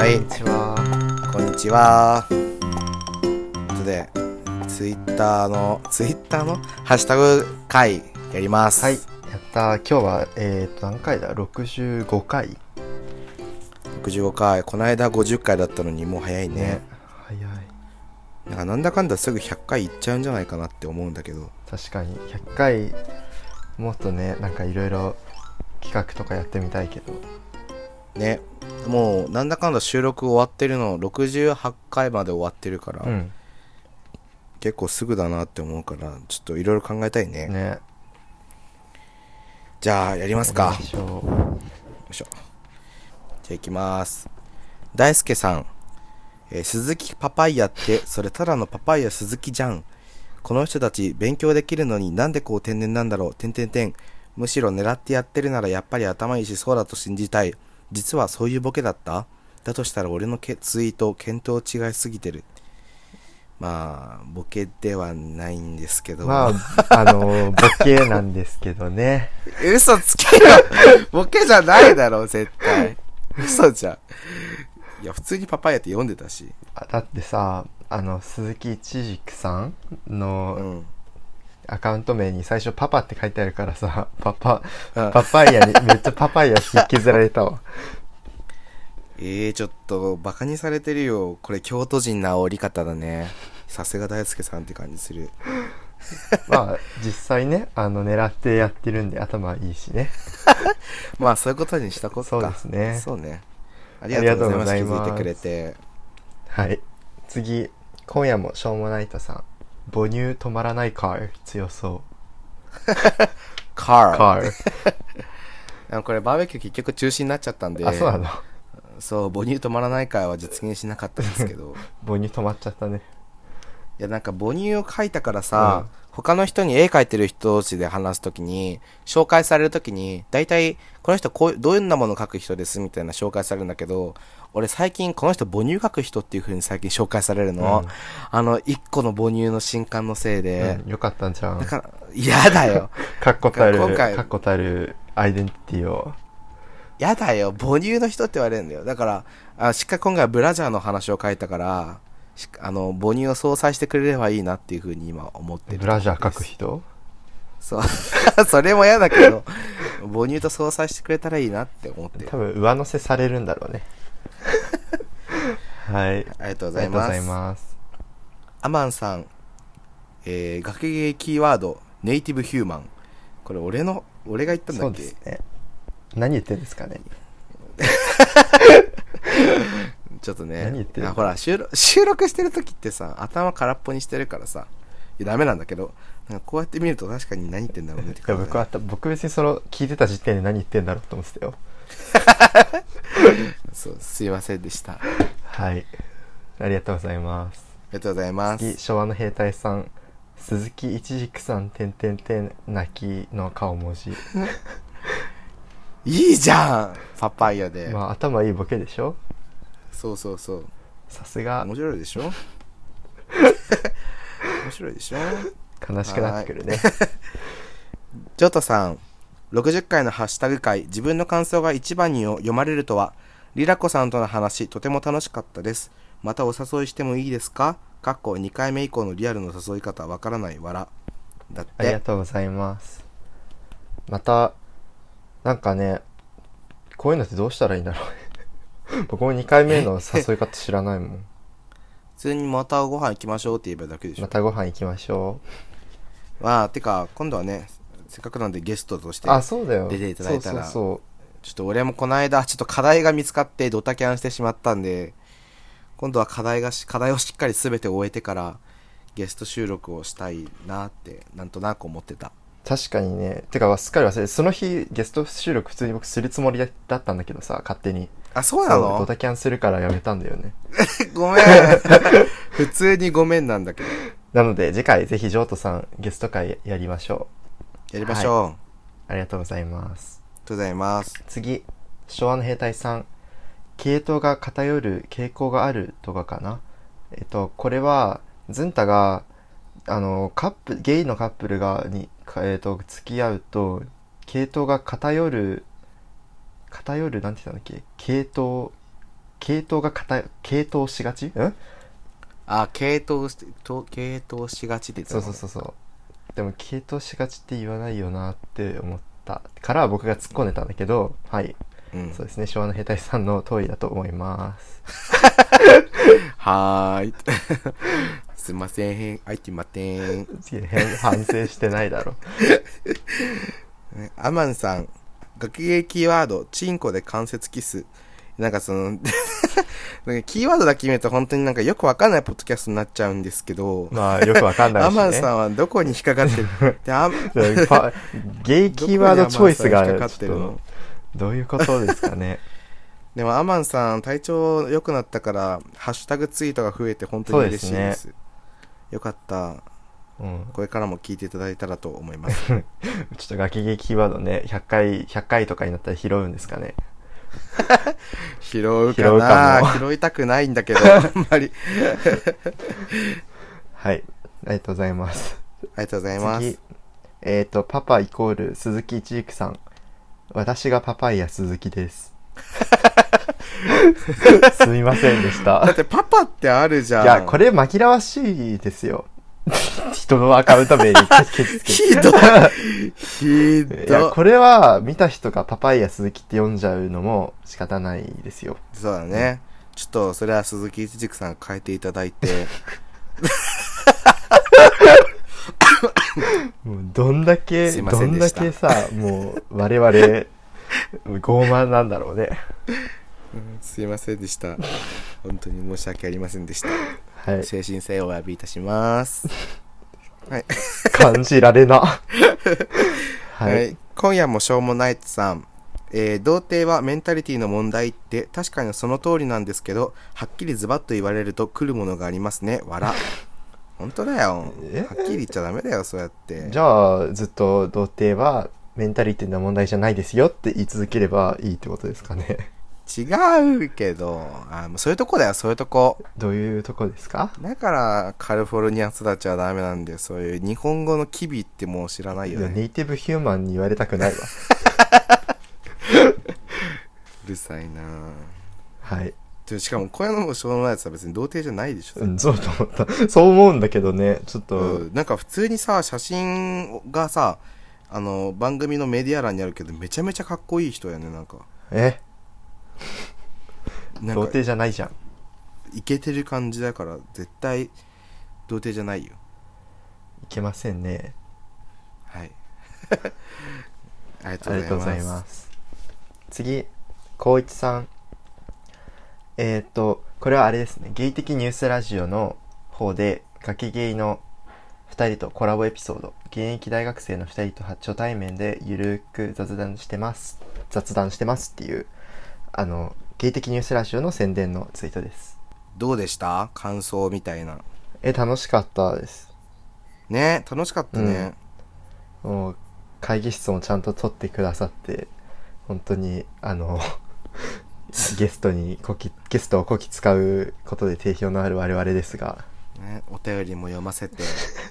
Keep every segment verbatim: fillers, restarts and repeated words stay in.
こんにちは。 こんにちは。ということで、ツイッターの、ツイッターのハッシュタグ会やります。 はい、やったー。今日は、えーと、何回だ ?ろくじゅうごかい。 ろくじゅうごかい。この間ごじゅっかいだったのにもう早いね。ね、 早い。 なんかなんだかんだすぐひゃっかいいっちゃうんじゃないかなって思うんだけど。 確かに、ひゃっかい、もっとね、なんかいろいろ企画とかやってみたいけど。 ね。もうなんだかんだ収録終わってるのろくじゅうはちかいまで終わってるから、うん、結構すぐだなって思うからちょっといろいろ考えたいね。 ね。 じゃあやりますか。 やりましょう。 よいしょ。じゃあいきます。大輔さん、えー、鈴木パパイヤってそれただのパパイヤ鈴木じゃん。この人たち勉強できるのになんでこう天然なんだろう。てんてんてん。むしろ狙ってやってるならやっぱり頭いいしそうだと信じたい。実はそういうボケだった？だとしたら俺のツイート見当違いすぎてる。まあボケではないんですけど、 まああのボケなんですけどね。 嘘つけよ。ボケじゃないだろ絶対。嘘じゃん。いや普通にパパイヤって読んでたし。 だってさ、あの鈴木一軸さんの、うん、アカウント名に最初パパって書いてあるからさ、パパ、うん、パパイヤにめっちゃパパイヤ引きずられたわ。 えー、ちょっとバカにされてるよ。これ京都人な煽り方だね。さすが大輔さんって感じする。 まあ実際ね、あの狙ってやってるんで頭いいしね。 まあそういうことにしたことか。 そうですね。 そうね。ありがとうございます。気づいてくれて。 はい。次、今夜もしょうもないとさん。母乳止まらないカー強そう。 カー。 カー。 これバーベキュー結局中止になっちゃったんで。 あ、そうなの。 そう母乳止まらないカーは実現しなかったんですけど。 母乳止まっちゃったね。 いやなんか母乳を書いたからさ、うん、他の人に絵描いてる人同士で話すときに紹介されるときに大体この人こうどんなもの描く人ですみたいな紹介されるんだけど、俺最近この人母乳描く人っていう風に最近紹介されるの、うん、あの一個の母乳の新刊のせいで、 うん、よかったんじゃん。 だから嫌だよ。 確固たる確固たるアイデンティティを。 やだよ母乳の人って言われるんだよ。だからあしっかり今回はブラジャーの話を書いたからあの母乳を相殺してくれればいいなっていう風に今思ってる。 ブラジャー書く人？ そうそれも嫌だけど母乳と相殺してくれたらいいなって思ってる。 多分上乗せされるんだろうね。はい、 ありがとうございます。ありがとうございます。アマンさん、えー、学芸キーワードネイティブヒューマン。これ俺の俺が言ったんだっけ？ そうですね。何言ってんですかね。 ちょっとね、 何言ってるの？ あほら収録、収録してる時ってさ頭空っぽにしてるからさ、いやダメなんだけど、なんかこうやって見ると確かに何言ってんだろうねって感じ。 いや僕は僕別にその聞いてた時点で何言ってんだろうと思ってたよ。 そうすいませんでした。 はい、ありがとうございます。 ありがとうございます。 次、昭和の兵隊さん、鈴木一軸さんてんてんてん泣きの顔文字。 いいじゃんパパイヤで。 まあ頭いいボケでしょ。 そうそうそう。 さすが。 面白いでしょ。面白いでしょ。 悲しくなってくるね。 ジョータさん、ろくじゅっかいのハッシュタグ会、自分の感想が一番に読まれるとは。リラコさんとの話とても楽しかったです。またお誘いしてもいいですか？かっこにかいめ以降のリアルの誘い方わからないわら。だって。 ありがとうございます。またなんかね、こういうのってどうしたらいいんだろうね。僕もにかいめの誘い方知らないもん。 普通にまたご飯行きましょうって言えばだけでしょ。 またご飯行きましょう。まあてか今度はね、せっかくなんでゲストとして出ていただいたら、 そうそうそう、 ちょっと俺もこの間ちょっと課題が見つかってドタキャンしてしまったんで、今度は課題が課題をしっかり全て終えてからゲスト収録をしたいなってなんとなく思ってた。 確かにね。てかすっかり忘れて、その日ゲスト収録普通に僕するつもりだったんだけどさ、勝手に。 あ、そうなの？ ドタキャンするからやめたんだよね。 ごめん。普通にごめんなんだけど。 なので次回ぜひジョートさんゲスト会やりましょう。やりましょう。はい、 ありがとうございます。 ありがとうございます。 次、昭和の兵隊さん、系統が偏る傾向があるとかかな。えっとこれはズンタがあのカップゲイのカップルがに、えー、と付き合うと系統が偏る偏るなんて言ったんだっけ、系統系統が偏系統しがちんあ、系統し、と系統しがちって言ってたの。 そうそうそうそう。でも系統しがちって言わないよなって思ったから僕が突っ込んでたんだけど、はい、うん、そうですね、昭和の兵隊さんの通りだと思いますはーいすいません、あいてまてん反省してないだろアマンさん、学芸キーワードチンコで関節キス、なんかそのなんかキーワードだけ見ると本当になんかよくわかんないポッドキャストになっちゃうんですけど、 まあよくわかんないし、ね、 アマンさんはどこに引っかかってるであゲイキーワードチョイスがちょっとどういうことですかねでもアマンさん体調良くなったからハッシュタグツイートが増えて本当に嬉しいです。よかった、うん、これからも聞いていただいたらと思いますちょっとガキゲキーワードねひゃっかいひゃっかいとかになったら拾うんですかね拾うかな、拾拾いたくないんだけどあんまりはいありがとうございます。 ありがとうございます。次、 えっ、ー、とパパイコール鈴木一育さん、私がパパイヤ鈴木ですすみませんでした。 だってパパってあるじゃん。 いやこれ紛らわしいですよ人のアカウント名にケチつけてひどいひどい。 いやこれは見た人がパパイヤ鈴木って読んじゃうのも仕方ないですよ。 そうだね、うん、ちょっとそれは鈴木一軸さん変えていただいてもうどんだけどんだけさもう我々傲慢なんだろうねうん、すいませんでした本当に申し訳ありませんでした、はい、誠心誠意お詫びいたしますはい、 感じられなはい、 はい、今夜もしょうもないつさん、えー、童貞はメンタリティの問題って確かにその通りなんですけど、はっきりズバッと言われると来るものがありますね。笑本当だよ、はっきり言っちゃダメだよそうやって。 じゃあずっと童貞はメンタリティの問題じゃないですよって言い続ければいいってことですかね。 違うけど、あ、もうそういうとこだよ、そういうとこ。 どういうとこですか？ だからカリフォルニア育ちはダメなんで、そういう日本語の機微ってもう知らないよね。 ネイティブヒューマンに言われたくないわうるさいな。 はい。 しかも小屋のしょうもないやつは別に童貞じゃないでしょ。 うん、そうと思った。そう思うんだけどね、ちょっと、 うん、なんか普通にさ、写真がさ、あの番組のメディア欄にあるけどめちゃめちゃかっこいい人やね。なんかえ童貞じゃないじゃん。 イケてる感じだから絶対童貞じゃないよ。 いけませんね。 はいありがとうございます。ありがとうございます。 次、光一さん。えー、っとこれはあれですね、ゲイ的ニュースラジオの方でガキゲイのふたりとコラボエピソード、現役大学生のふたりと初対面でゆるく雑談してます雑談してますっていうあのゲイ的ニュースラジオの宣伝のツイートです。 どうでした？感想みたいな。 え楽しかったですね。楽しかったね、 うん、もう会議室もちゃんと取ってくださって本当にあのゲストにこきゲストをこき使うことで定評のある我々ですが、 ね、お便りも読ませて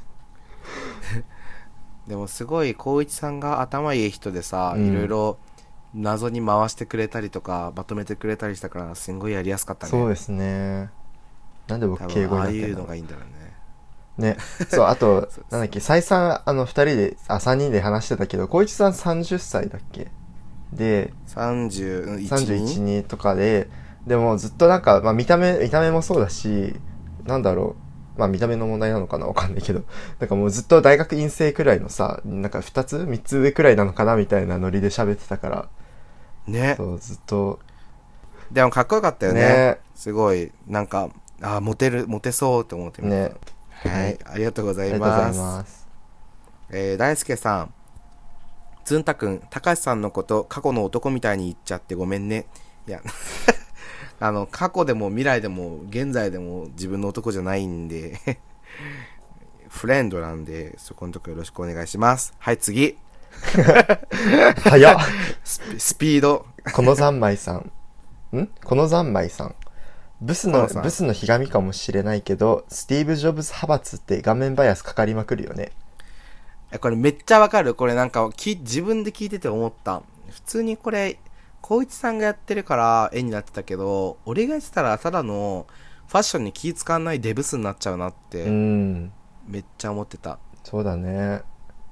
でもすごい光一さんが頭いい人でさ、うん、いろいろ謎に回してくれたりとかまとめてくれたりしたからすんごいやりやすかったね。 そうですね。なんで僕敬語になってんの？ ああいうのがいいんだろうね。ね、そうあとなんだっけ、再三あのふたりであさんにんで話してたけど、光一さんさんじゅっさいだっけでさんじゅういち、 さんじゅういちにとかで、でもずっとなんか、まあ、見た目見た目もそうだし、なんだろう、まあ見た目の問題なのかなわかんないけど、なんかもうずっと大学院生くらいのさ、なんかふたつみっつ上くらいなのかなみたいなノリで喋ってたからね。 そうずっとでもかっこよかったよね。ね、すごいなんかあモテるモテそうって思ってみた。ね。はい、ありがとうございます。ありがとうございます。えー、大輔さん、ずんたくん、高橋さんのこと過去の男みたいに言っちゃってごめんね。いやあの過去でも未来でも現在でも自分の男じゃないんでフレンドなんでそこのとこよろしくお願いします。はい、次早っスピ、スピードこの三昧さんんこの三昧さんブスのブスのひがみかもしれないけどスティーブ・ジョブズ派閥って顔面バイアスかかりまくるよね。 これめっちゃわかる。これなんかき自分で聞いてて思った。普通にこれ光一さんがやってるから絵になってたけど、俺がやってたらただのファッションに気使わないデブスになっちゃうなっうてん、 めっちゃ思ってた。 そうだね。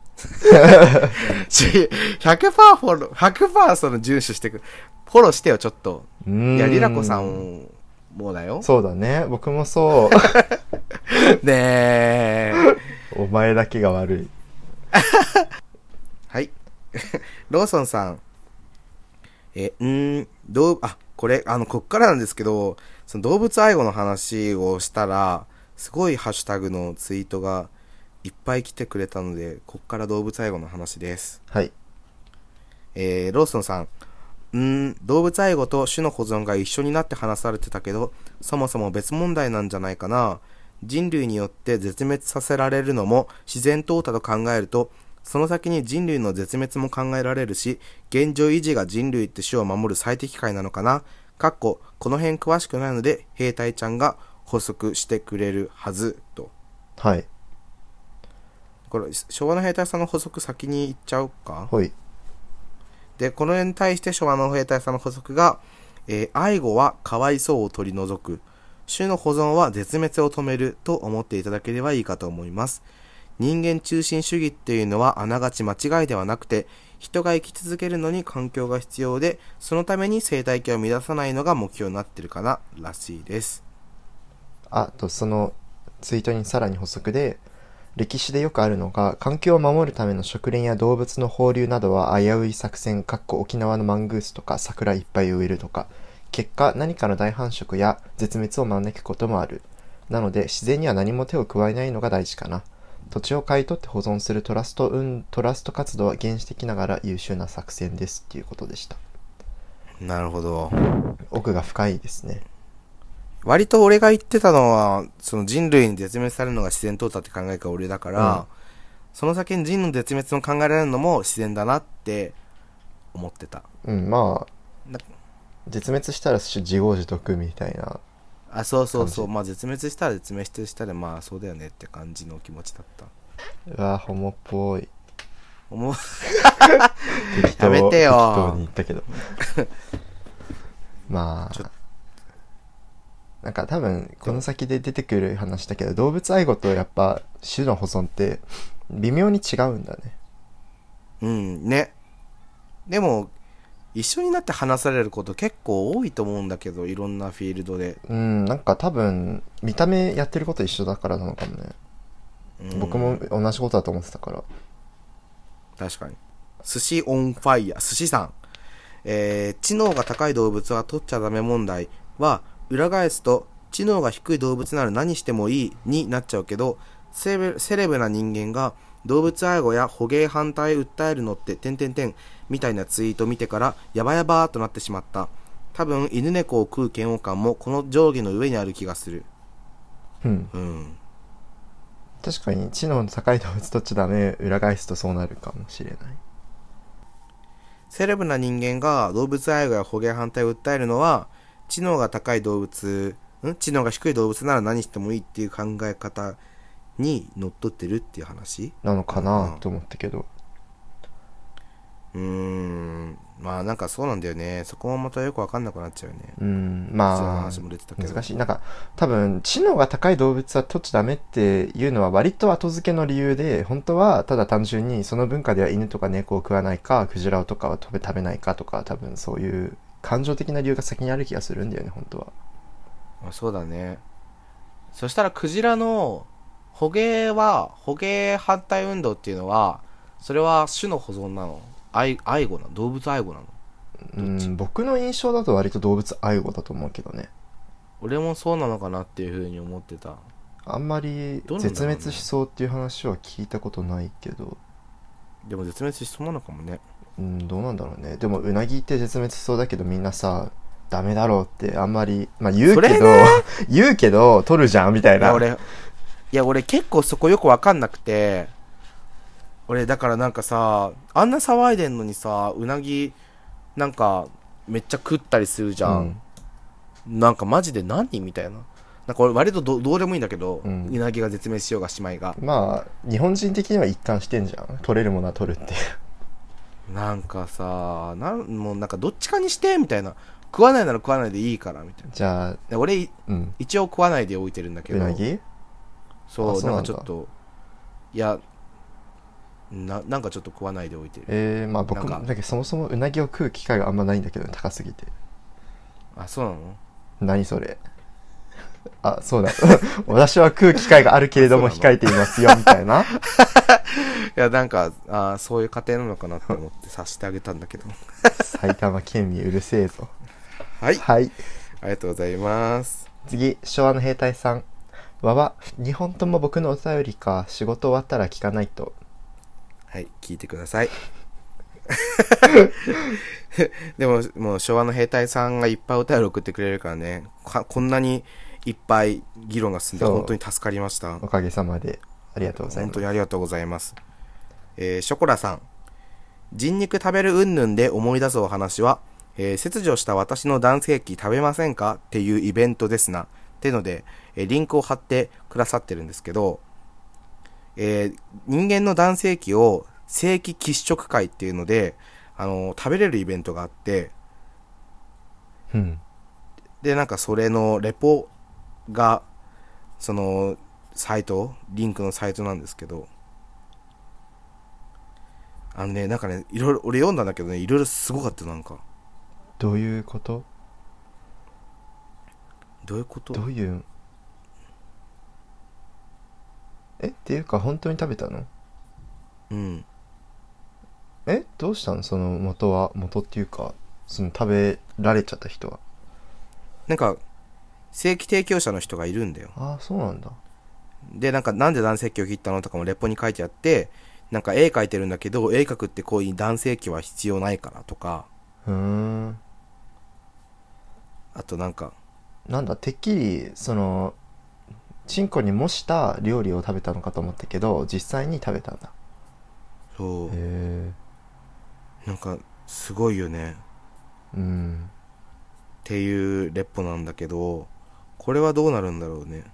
しひゃくパーセント フォロー、ひゃくパーセントその遵守してく、フォローしてよちょっと。 うーん、 いや、リラコさんもだよ。 そうだね、僕もそう。 ねえ。 お前だけが悪い。 はい。ローソンさん。え、んー、どう、あ、これ、あの、こっからなんですけど、その動物愛護の話をしたら、すごいハッシュタグのツイートがいっぱい来てくれたので、こっから動物愛護の話です。 はい。 えー、ローソンさん。うーん、動物愛護と種の保存が一緒になって話されてたけど、そもそも別問題なんじゃないかな。人類によって絶滅させられるのも自然淘汰と考えると、その先に人類の絶滅も考えられるし、現状維持が人類って種を守る最適解なのかな。かっこ、この辺詳しくないので、兵隊ちゃんが補足してくれるはず、と。 はい。 これ、昭和の兵隊さんの補足先に言っちゃうか。 ほい。 で、このに対して昭和の兵隊さんの補足が、えー、愛護はかわいそうを取り除く。種の保存は絶滅を止めると思っていただければいいかと思います。人間中心主義っていうのはあながち間違いではなくて、人が生き続けるのに環境が必要で、そのために生態系を乱さないのが目標になってるかな、らしいです。 あと、そのツイートにさらに補足で、歴史でよくあるのが、環境を守るための植林や動物の放流などは危うい作戦、かっこ沖縄のマングースとか桜いっぱい植えるとか、結果何かの大繁殖や絶滅を招くこともある。なので自然には何も手を加えないのが大事かな。土地を買い取って保存するトラスト、うん、トラスト活動は原始的ながら優秀な作戦ですっていうことでした。 なるほど。 奥が深いですね。 割と俺が言ってたのは、その人類に絶滅されるのが自然淘汰って考えが俺だから、うん、その先に人の絶滅も考えられるのも自然だなって思ってた。 うん、まあ絶滅したら自業自得みたいな。 あ、そうそうそう。まあ絶滅したら絶滅したらまあそうだよねって感じの気持ちだった。 うわ、ホモっぽい。 ホモやめてよ。 適当に言ったけど。まあなんか多分この先で出てくる話だけど、動物愛護とやっぱ種の保存って微妙に違うんだね。 うんね。でも一緒になって話されること結構多いと思うんだけど、いろんなフィールドで。 うん、なんか多分見た目やってること一緒だからなのかもね。うん、僕も同じことだと思ってたから。 確かに。寿司オンファイヤー、寿司さん。えー、知能が高い動物は取っちゃダメ問題は裏返すと、知能が低い動物なら何してもいいになっちゃうけど、セレブ、セレブな人間が動物愛護や捕鯨反対訴えるのって点々点みたいなツイート見てからやばやばーとなってしまった。多分犬猫を食う嫌悪感もこの上下の上にある気がする。 うん、 うん、 確かに知能の高い動物取っちゃダメ、裏返すとそうなるかもしれない。 セレブな人間が動物愛護や捕鯨反対を訴えるのは、知能が高い動物、ん知能が低い動物なら何してもいいっていう考え方にのっとってるっていう話なのかなと思ったけど、 うーん、まあなんかそうなんだよね。そこもまたよく分かんなくなっちゃうよね。 うん、まあ難しい。なんか多分知能が高い動物は取っちゃダメっていうのは割と後付けの理由で、本当はただ単純にその文化では犬とか猫を食わないか、クジラとかは食べ食べないかとか、多分そういう感情的な理由が先にある気がするんだよね、本当は。 あ、そうだね。そしたらクジラの捕鯨は、捕鯨反対運動っていうのは、それは種の保存なの？愛、愛護なの？動物愛護なの？ うん、僕の印象だと割と動物愛護だと思うけどね。 俺もそうなのかなっていう風に思ってた。 あんまり絶滅しそうっていう話は聞いたことないけど。 でも絶滅しそうなのかもね。 うん、どうなんだろうね。でもウナギって絶滅しそうだけど、みんなさダメだろうってあんまり、まあ言うけど、ね、言うけど取るじゃんみたいな。 いや俺、いや俺結構そこよくわかんなくて、俺だからなんかさ、あんな騒いでんのにさ、ウナギなんかめっちゃ食ったりするじゃん、うん、なんかマジで何みたいな。なんか俺割と ど, どうでもいいんだけど、うん、ウナギが絶滅しようがしまいが、 まあ日本人的には一貫してんじゃん、取れるものは取るって。 なんかさ、なんもうなんかどっちかにしてみたいな。食わないなら食わないでいいからみたいな。 じゃあ、 で俺、 うん。 一応食わないで置いてるんだけど。 うなぎそう、なあそうなんだんかちょっと、いや、ななんかちょっと食わないで置いてる。 えー、まあ僕も、 なんかだけどそもそもうなぎを食う機会があんまないんだけどね、高すぎて。 あ、そうなの？ 何それ。あ、そうだ。私は食う機会があるけれどもあそうなの控えていますよ、みたいな。 いや、なんか、あそういう家庭なのかなって思ってさしてあげたんだけど。 埼玉県民うるせえぞ。 はい。 はい。 ありがとうございます。 次、昭和の兵隊さん。わわ、にほんとも僕のお便りか。仕事終わったら聞かないと。 はい、聞いてください。でも、もう昭和の兵隊さんがいっぱいお便り送ってくれるからね、こんなにいっぱい議論が進んで本当に助かりました。 おかげさまで。ありがとうございます。 本当にありがとうございます。えー、ショコラさん。人肉食べる云々で思い出すお話は、えー、切除した私の男性器食べませんかっていうイベントですな。っていうので、えー、リンクを貼ってくださってるんですけど、えー、人間の男性器を性器喫食会っていうので、あのー、食べれるイベントがあって、 うん。 で、なんかそれのレポが、その、サイト、リンクのサイトなんですけど、あのね、なんかね、いろいろ、俺読んだんだけどね、いろいろすごかった、なんか。 どういうこと？ どういうこと？ どういう、えっていうか本当に食べたの？ うん。 えどうしたの？その元は、元っていうか、その食べられちゃった人は。 なんか、正規提供者の人がいるんだよ。 ああ、そうなんだ。 で、なんか、なんで男性器を切ったのとかもレポに書いてあって、なんか絵描いてるんだけど、絵描くってこういう男性器は必要ないからとか、 うーん。 あとなんか、 なんだ、てっきり、その、チンコに模した料理を食べたのかと思ったけど、実際に食べたんだ。 そう、 へなんか、すごいよね。 え。うん。 っていうレポなんだけど、これはどうなるんだろうね。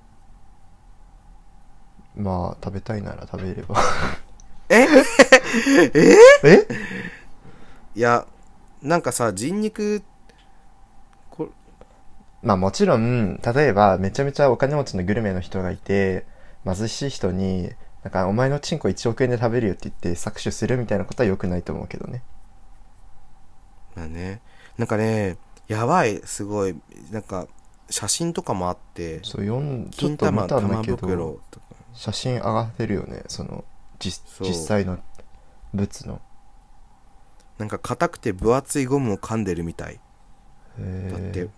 まあ、食べたいなら食べれば。 えええいや、なんかさ、人肉、こまあもちろん、例えばめちゃめちゃお金持ちのグルメの人がいて、貧しい人に、なんかお前のチンコいちおく円で食べるよって言って搾取するみたいなことは良くないと思うけどね。 まあね、なんかね、やばい、すごい、なんか、写真とかもあって、 そう、読ん、ちょっ金と見玉玉たんだけど、 袋とか、 写真上がってるよね。その、実、 そう実際の物の。 なんか硬くて分厚いゴムを噛んでるみたいだっへて。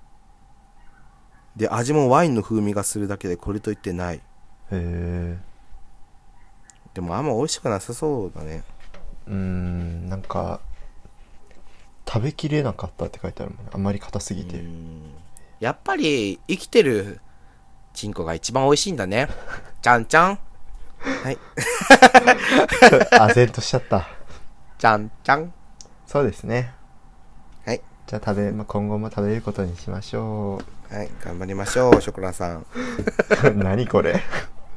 で、味もワインの風味がするだけでこれといってない。 え。へえ。 でもあんま美味しくなさそうだね。 うーん、なんか、食べきれなかったって書いてあるもんね。あんまり硬すぎて。 やっぱり生きてるチンコが一番美味しいんだね。ちゃんちゃん。はい。 あぜんとしちゃった。 ちゃんちゃん。 そうですね。 はい。 じゃあ食べ、まあ、今後も食べれることにしましょう。はい、頑張りましょう、ショコラさん。 何これ。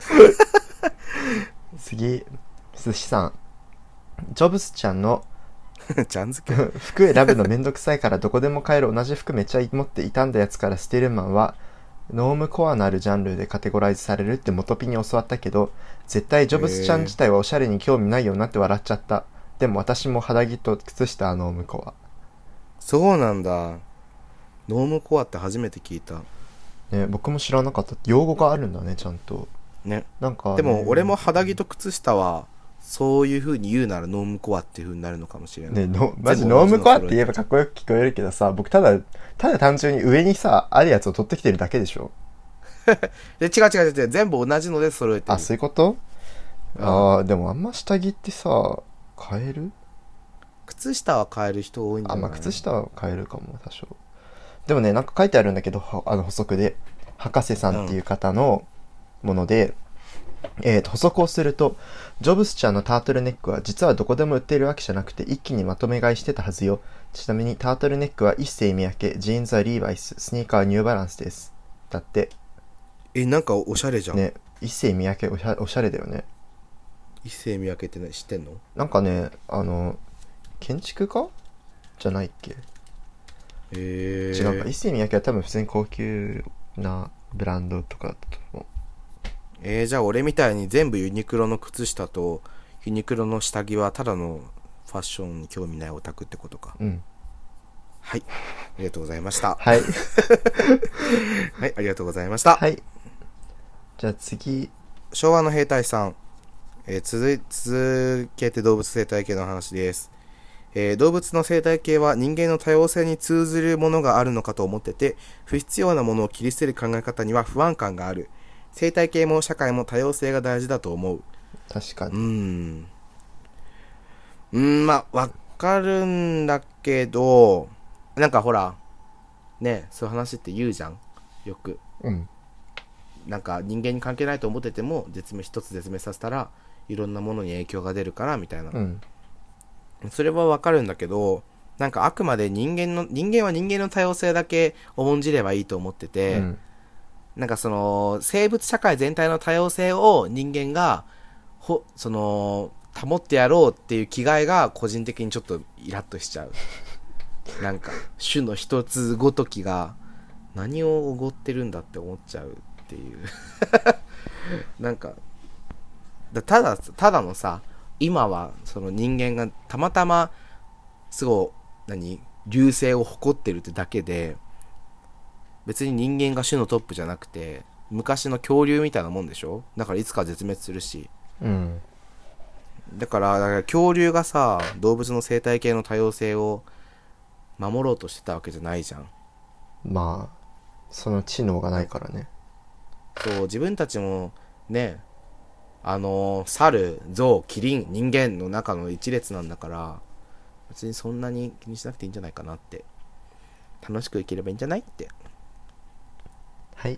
次、寿司さん。ジョブスちゃんのちゃん付け服選ぶのめんどくさいからどこでも買える同じ服めっちゃ持って傷んだやつから捨てるマンはノームコアのあるジャンルでカテゴライズされるって元ピに教わったけど、絶対ジョブスちゃん自体はおしゃれに興味ないよなって笑っちゃった。でも私も肌着と靴下はノームコア。 そうなんだ。ノームコアって初めて聞いた。 ね、僕も知らなかった。用語があるんだね、ちゃんと。 ね。 なんか、ね、 でも俺も肌着と靴下はそういう風に言うならノームコアっていう風になるのかもしれない。 ね、のマジノームコアって言えばかっこよく聞こえるけどさ、僕ただ、ただ単純に上にさ、あるやつを取ってきてるだけでしょ。 で違う違う違う、全部同じので揃えてる。 あ、そういうこと？ああ、でもあんま下着ってさ、買える？ 靴下は買える人多いんじゃない？ あ、まあ靴下は買えるかも、多少。でもね、なんか書いてあるんだけど、あの補足で、博士さんっていう方のもので、うん、えーと、補足をすると、ジョブスちゃんのタートルネックは実はどこでも売っているわけじゃなくて、一気にまとめ買いしてたはずよ。ちなみにタートルネックは一世三宅、ジーンズはリーバイス、スニーカーはニューバランスです。だって。 え、なんかおしゃれじゃん。 ね、一世三宅おしゃ、おしゃれだよね。 一世三宅って知ってんの？ なんかね、あの、 建築家じゃないっけ？ えー、 違うか。一世三宅は多分普通に高級なブランドとかだったと思う。 えー、じゃあ俺みたいに全部ユニクロの靴下とユニクロの下着はただのファッションに興味ないオタクってことか。 うん。 はい。ありがとうございました。 はい。 はい、ありがとうございました。 はい。じゃあ次。 昭和の兵隊さん。えー、続い、続けて動物生態系の話です。えー、動物の生態系は人間の多様性に通ずるものがあるのかと思ってて、不必要なものを切り捨てる考え方には不安感がある。生態系も社会も多様性が大事だと思う。 確かに。 うーん。うーん、まあ、わかるんだけど、なんかほら、ね、そういう話って言うじゃん。よく。 うん。 なんか人間に関係ないと思ってても、絶滅一つ絶滅させたら、いろんなものに影響が出るから、みたいな。 うん。 それはわかるんだけど、なんかあくまで人間の、人間は人間の多様性だけ重んじればいいと思ってて、 うん、 なんかその、生物社会全体の多様性を人間が、ほ、その、保ってやろうっていう気概が個人的にちょっとイラッとしちゃう。なんか、種の一つごときが何をおごってるんだって思っちゃうっていう。なんか、だただ、ただのさ、今はその人間がたまたますごい、何、隆盛を誇ってるってだけで、別に人間が種のトップじゃなくて、昔の恐竜みたいなもんでしょ？だからいつか絶滅するし。 うん。 だから、だから恐竜がさ、動物の生態系の多様性を守ろうとしてたわけじゃないじゃん。 まあ、その知能がないからね。 そう、自分たちもね、あのー、猿、象、キリン、人間の中の一列なんだから、別にそんなに気にしなくていいんじゃないかなって。楽しく生きればいいんじゃないって。 はい。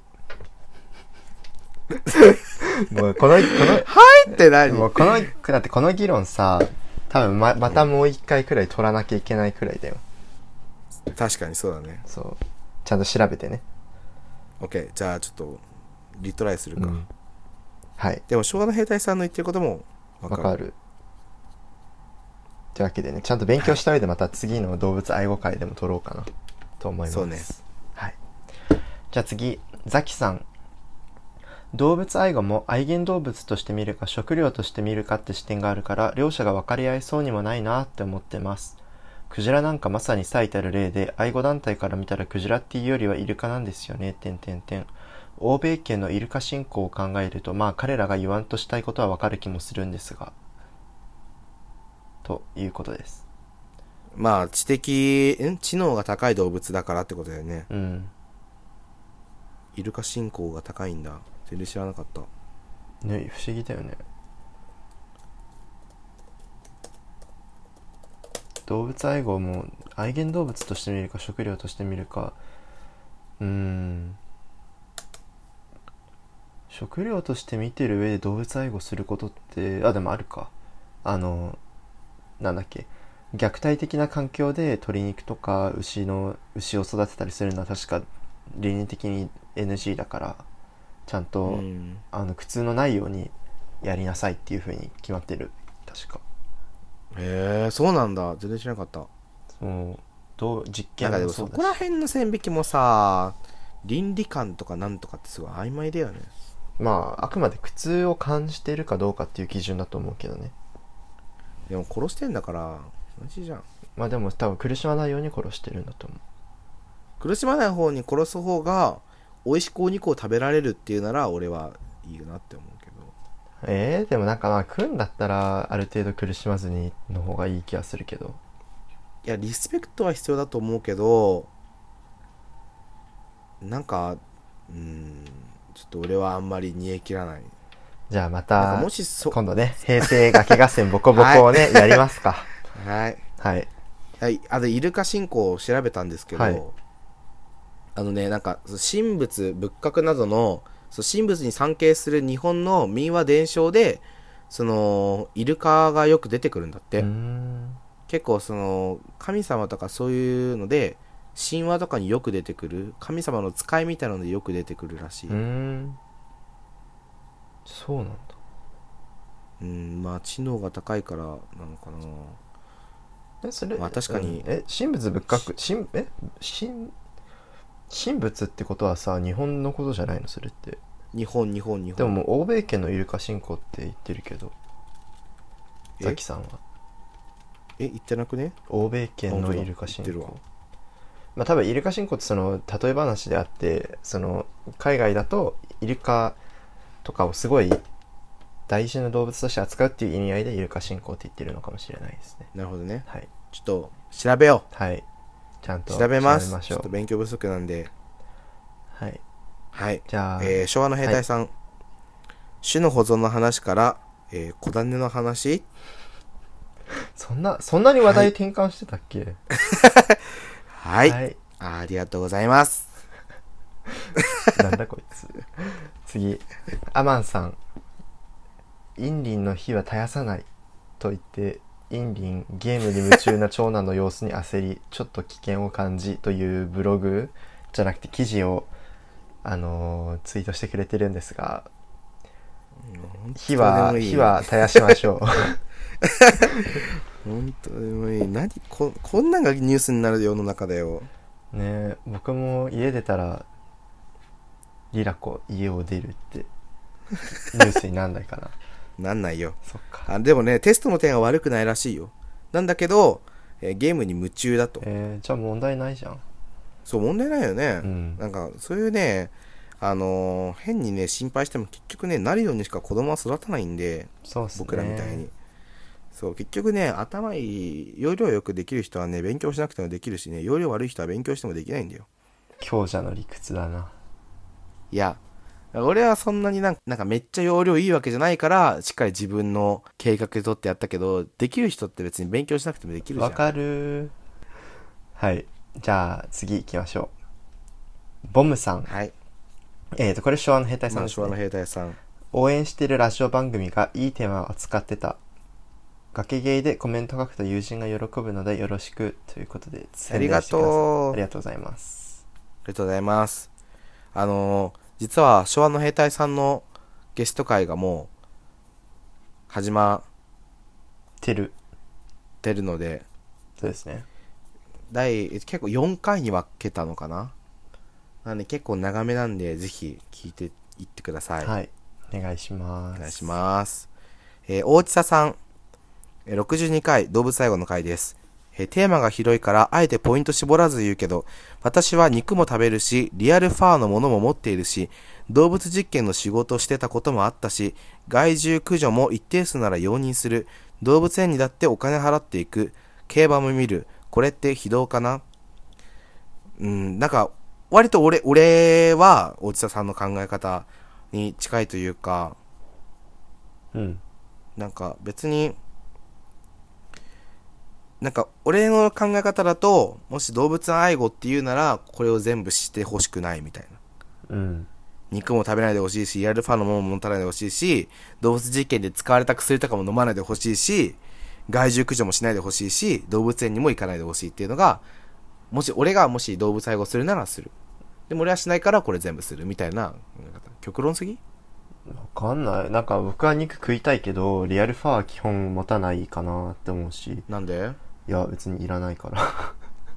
もうこの、この、 はいって何？ もうこの、だってこの議論さ、多分ま、またもう一回くらい取らなきゃいけないくらいだよ。 確かにそうだね。 そう。ちゃんと調べてね。 OK。じゃあちょっと、リトライするか。うん、 はい。 でも昭和の兵隊さんの言ってることもわかる。 わかる。というわけでね、ちゃんと勉強した上でまた次の動物愛護会でも取ろうかなと思います。 そうね。 はい。じゃあ次、ザキさん。動物愛護も愛犬動物として見るか食料として見るかって視点があるから両者が分かり合いそうにもないなって思ってます。クジラなんかまさに最たる例で愛護団体から見たらクジラっていうよりはイルカなんですよね。てんてんてん。欧米圏のイルカ信仰を考えるとまあ彼らが言わんとしたいことは分かる気もするんですがということです。 まあ知的ん知能が高い動物だからってことだよね。 うん。 イルカ信仰が高いんだ。全然知らなかった。 ね、不思議だよね。動物愛護も愛犬動物として見るか食料として見るか、うーん、食料として見てる上で動物愛護することってあでもあるか。あのなんだっけ、虐待的な環境で鶏肉とか牛の牛を育てたりするのは確か倫理的に エヌジー だからちゃんと、うん、あの苦痛のないようにやりなさいっていう風に決まってる確か。 へえ、そうなんだ。全然知らなかった。 そうどう実験もそうだし、 そこら辺の線引きもさ倫理観とかなんとかってすごい曖昧だよね。 まああくまで苦痛を感じてるかどうかっていう基準だと思うけどね。 でも殺してんだから同じじゃん。 まあでも多分苦しまないように殺してるんだと思う。 苦しまない方に殺す方が美味しくお肉を食べられるっていうなら俺はいいなって思うけど。 えー、でもなんかまあ食うんだったらある程度苦しまずにの方がいい気がするけど。 いやリスペクトは必要だと思うけど、なんかうーんちょっと俺はあんまり煮え切らない。 じゃあまたもしそ今度ね平成崖合戦ボコボコをね、はい、やりますか。 はいはいはい。あとイルカ信仰を調べたんですけど、はい、あのねなんか神仏仏閣などのそう神仏に参詣する日本の民話伝承でそのイルカがよく出てくるんだって。うーん、結構その神様とかそういうので神話とかによく出てくる神様の使いみたいなのでよく出てくるらしい。うーん、 そうなんだ。 うん、まあ知能が高いからなのかな。 えそれまあ確かに、 うん、え神仏仏閣神え神神仏ってことはさ日本のことじゃないのそれって。 日本日本日本でももう欧米圏のイルカ信仰って言ってるけどザキさんはえ言ってなくね。 欧米圏のイルカ信言ってるわ。 仰。まあ多分イルカ信仰ってその例え話であってその海外だとイルカとかをすごい大事な動物として扱うっていう意味合いでイルカ信仰って言ってるのかもしれないですね。 なるほどね。 はいちょっと調べよはい。ちゃんとう調べます調べましょう。 ちょっと勉強不足なんで。 はいはい。 じゃあ、 えー、昭和の兵隊さん、はい、種の保存の話から、えー、小種の話。 そんなそんなに話題転換してたっけ？ はい、 はい、 ありがとうございます。 なんだこいつ。次、アマンさん。インリンの火は絶やさないと言ってインリンゲームに夢中な長男の様子に焦りちょっと危険を感じというブログじゃなくて記事を、あのー、ツイートしてくれてるんですが、火は火は絶やしましょう。 本当にもういい。何 こ, こんなんがニュースになる世の中だよねえ。僕も家出たらリラコ家を出るってニュースになんないかな。 なんないよ。 そっか。 あでもねテストの点は悪くないらしいよ。なんだけど、えー、ゲームに夢中だと。 えー、じゃあ問題ないじゃん。 そう問題ないよね、 うん、 なんかそういうねあのー、変にね心配しても結局ねなるようにしか子供は育たないんで。 そうっすね。 僕らみたいにそう結局ね頭いい要領よくできる人はね勉強しなくてもできるしね要領悪い人は勉強してもできないんだよ。 強者の理屈だな。 いや俺はそんなになんか、なんかめっちゃ要領いいわけじゃないからしっかり自分の計画で取ってやったけどできる人って別に勉強しなくてもできるじゃん。 わかる。はいじゃあ次行きましょう。ボムさん。 はいえーとこれ昭和の兵隊さんですね。 昭和の兵隊さん。 応援しているラジオ番組がいいテーマを扱ってた。崖ゲイでコメント書くと友人が喜ぶのでよろしくということでありがとうありがとうございます。 ありがとうございます。あのー、実は昭和の兵隊さんのゲスト会がもう始まってるてるので、 そうですね。 第結構よんかいに分けたのかな。なんで結構長めなんでぜひ聞いていってください。 はいお願いします。 お願いします。えー、大地佐さん、ろくじゅうにかい動物愛護の回です。えー、テーマが広いからあえてポイント絞らず言うけど、私は肉も食べるしリアルファーのものも持っているし動物実験の仕事をしてたこともあったし害獣駆除も一定数なら容認する、動物園にだってお金払っていく、競馬も見る、これって非道かな。うん、なんか割と俺俺は大地佐さんの考え方に近いというか、 うん、 なんか別になんか俺の考え方だともし動物愛護っていうならこれを全部してほしくないみたいな、 うん、 肉も食べないでほしいしリアルファのものも持たないでほしいし動物実験で使われた薬とかも飲まないでほしいし害獣駆除もしないでほしいし動物園にも行かないでほしいっていうのが、もし俺がもし動物愛護するならする、でも俺はしないからこれ全部するみたいな、極論すぎ？ わかんない。なんか僕は肉食いたいけどリアルファーは基本持たないかなって思うし。 なんで？ いや別にいらないから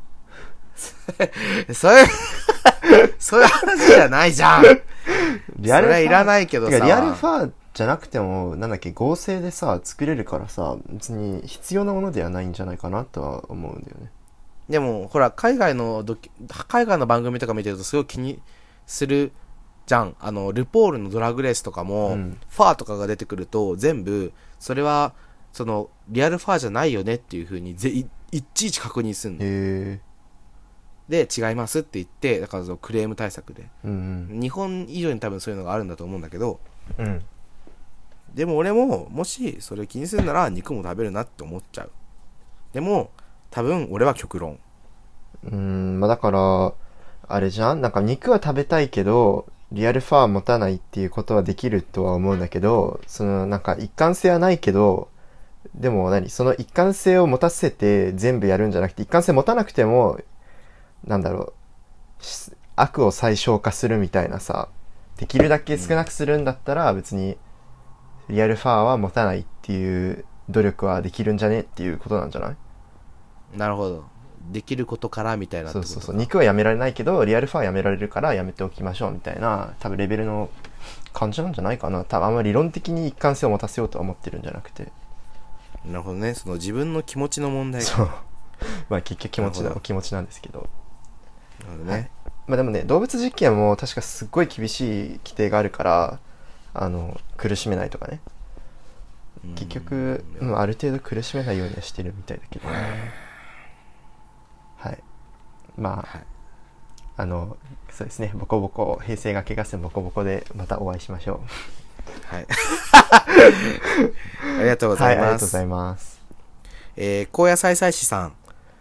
そういうそういう話じゃないじゃん。リアルファーそれはいらないけどさ、 リアルファーじゃなくてもなんだっけ合成でさ作れるからさ別に必要なものではないんじゃないかなとは思うんだよね。 でもほら海外のドキ海外の番組とか見てるとすごい気にするじゃん。あのルポールのドラッグレースとかも、うん、ファーとかが出てくると全部それはそのリアルファーじゃないよねっていう風にぜ い, いちいち確認すんの。 へで違いますって言ってだからそのクレーム対策で、 うんうん、 日本以上に多分そういうのがあるんだと思うんだけど、 うん、 でも俺ももしそれ気にするなら肉も食べるなって思っちゃう。でも多分俺は極論。 うーんまあだからあれじゃん、なんか肉は食べたいけどリアルファー持たないっていうことはできるとは思うんだけど、そのなんか一貫性はないけどでも何その一貫性を持たせて全部やるんじゃなくて一貫性持たなくてもなんだろう悪を最小化するみたいなさ、できるだけ少なくするんだったら別にリアルファーは持たないっていう努力はできるんじゃねっていうことなんじゃない？ なるほど。できることからみたいなってことか。 そうそうそう、肉はやめられないけどリアルファはやめられるからやめておきましょうみたいな多分レベルの感じなんじゃないかな。多分あんまり理論的に一貫性を持たせようとは思ってるんじゃなくて。 なるほどね。その自分の気持ちの問題か。 そうまあ結局気持ちなるほどだ気持ちなんですけど。 なるほどね、はい。 まあでもね、動物実験も確かすっごい厳しい規定があるからあの苦しめないとかね。結局、うん、ある程度苦しめないようにはしてるみたいだけどね。はい。まあ、はい、あのそうですね、ボコボコ、平成が怪我するボコボコでまたお会いしましょう。 はいありがとうございます。はい、ありがとうございます。えー、高野菜菜師さん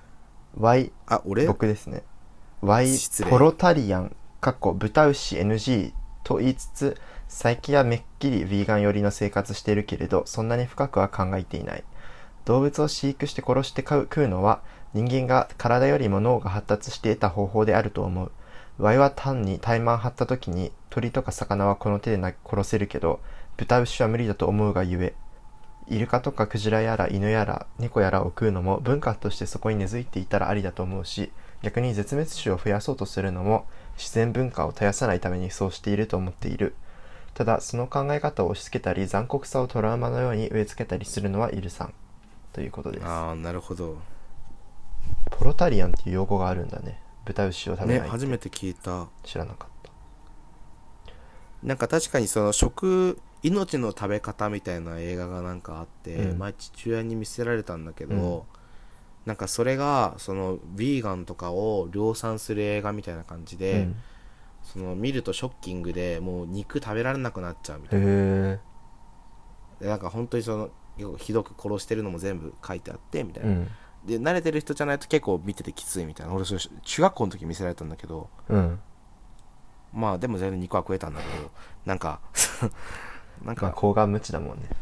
Y、 あ、俺僕ですね。 Y ポロタリアンかっこ豚牛 エヌジー と言いつつ最近はめっきりヴィーガン寄りの生活しているけれどそんなに深くは考えていない。動物を飼育して殺して食うのは人間が体よりも脳が発達して得た方法であると思う。Yは単に怠慢張った時に鳥とか魚はこの手で殺せるけど豚牛は無理だと思うがゆえ、イルカとかクジラやら犬やら猫やらを食うのも文化としてそこに根付いていたらありだと思うし、逆に絶滅種を増やそうとするのも自然文化を絶やさないためにそうしていると思っている。ただその考え方を押し付けたり残酷さをトラウマのように植え付けたりするのは許さんということです。 ああ、なるほど。 ポロタリアンっていう用語があるんだね。豚牛を食べないって。 ね、初めて聞いた。 知らなかった。 なんか確かにその食命の食べ方みたいな映画がなんかあって、うん、前父親に見せられたんだけど、うん、なんかそれがそのヴィーガンとかを量産する映画みたいな感じで、うん、その見るとショッキングでもう肉食べられなくなっちゃうみたいな。へでなんか本当にそのひどく殺してるのも全部書いてあってみたいな、うん、で慣れてる人じゃないと結構見ててきついみたいな。俺それ中学校の時見せられたんだけど、うん、まあでも全然肉は食えたんだけどなんかなんか、 まあ、抗がん無知だもんね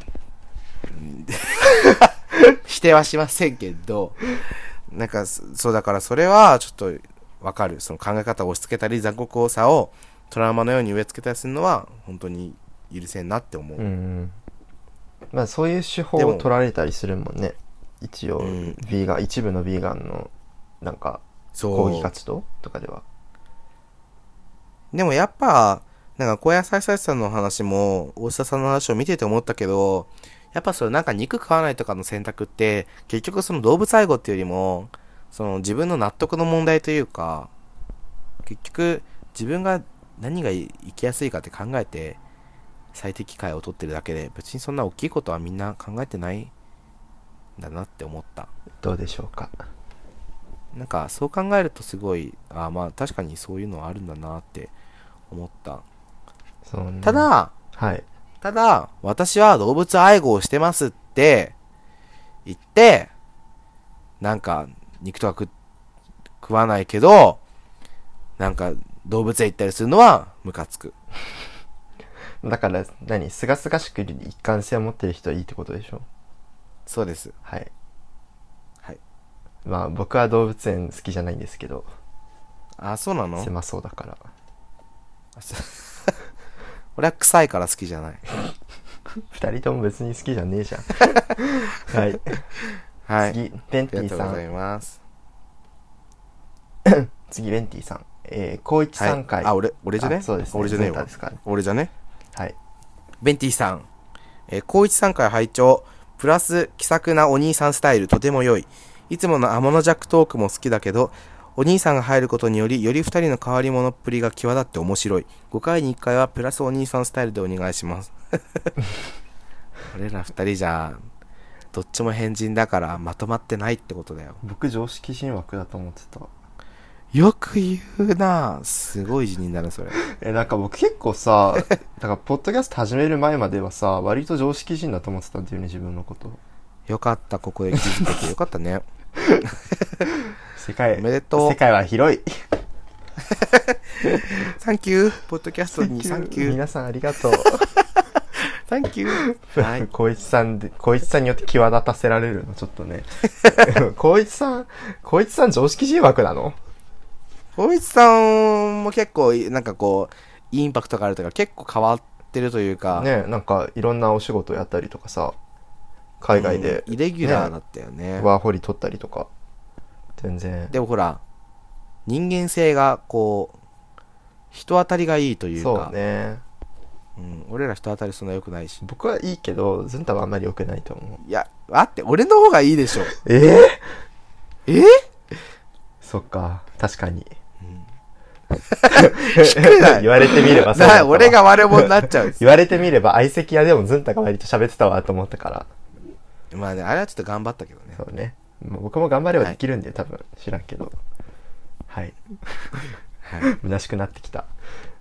否定はしませんけど、なんかそうだからそれはちょっとわかる。その考え方を押し付けたり残酷さをトラウマのように植え付けたりするのは本当に許せんなって思う。うん、 まあそういう手法を取られたりするもんね。一応、うん、ビーガン一部のビーガンのなんか抗議活動とかでは。 でもやっぱなんか高野菜菜師さんの話も大下さんの話を見てて思ったけど、やっぱそれなんか肉食わないとかの選択って結局その動物愛護っていうよりもその自分の納得の問題というか、結局自分が何が生きやすいかって考えて最適解を取ってるだけで、別にそんな大きいことはみんな考えてないんだなって思った。 どうでしょうか。 なんかそう考えるとすごい、あまあ確かにそういうのはあるんだなって思った。 そうね、 ただ、 はい、 ただ私は動物愛護をしてますって言ってなんか肉とか 食, 食わないけどなんか動物園行ったりするのはムカつく。 だから何、すがすがしく一貫性を持ってる人はいいってことでしょ。 そうです。 はいはい。 まあ僕は動物園好きじゃないんですけど。 あ、そうなの。 狭そうだから俺は臭いから好きじゃない二人とも別に好きじゃねえじゃんはい、はい、次ベンティさん、ありがとうございます次ベンティさん、えー、高一さん会、 はい、あ俺俺じゃね。 そうですね、 俺じゃねえわ、 ですかね、 俺じゃね。 はい、 ベンティさん、えー、高一さん会拝聴。プラス気さくなお兄さんスタイルとても良い。いつものアモノジャックトークも好きだけどお兄さんが入ることによりよりふたりの変わり者っぷりが際立って面白い。ごかいにいっかいはプラスお兄さんスタイルでお願いします俺らふたりじゃどっちも変人だからまとまってないってことだよ。 僕常識人枠だと思ってた。 よく言うな。すごい辞任だなそれえなんか僕結構さだからポッドキャスト始める前まではさ割と常識人だと思ってたんだよね、自分のこと。 よかった、ここで気づけてよかったね世界おめでとう。 世界は広いサンキュー。ポッドキャストにサンキュー。 皆さんありがとうサンキュー。はい。 小一さんで、小一さんによって際立たせられるのちょっとね小一さん小一さん常識人枠なの。 小一さんも結構なんかこうインパクトがあるというか結構変わってるというかね、なんかいろんなお仕事やったりとかさ、海外で、 うん、イレギュラーだったよね。 ワーホリ取ったりとか。 全然。 でもほら人間性がこう人当たりがいいというか、 そうね、 うん、俺ら人当たりそんな良くないし。 僕はいいけどずんたはあんまり良くないと思う。 いや待って、俺の方がいいでしょ。 えー、 えー、 そっか、確かに、 低いな言われてみればそうだったわ。 俺が悪者になっちゃう言われてみれば相席屋でもずんたが割と喋ってたわと思ったから。 まあね、あれはちょっと頑張ったけどね。 そうね、もう僕も頑張ればできるんで、はい、多分知らんけど、はい、はい、虚しくなってきた。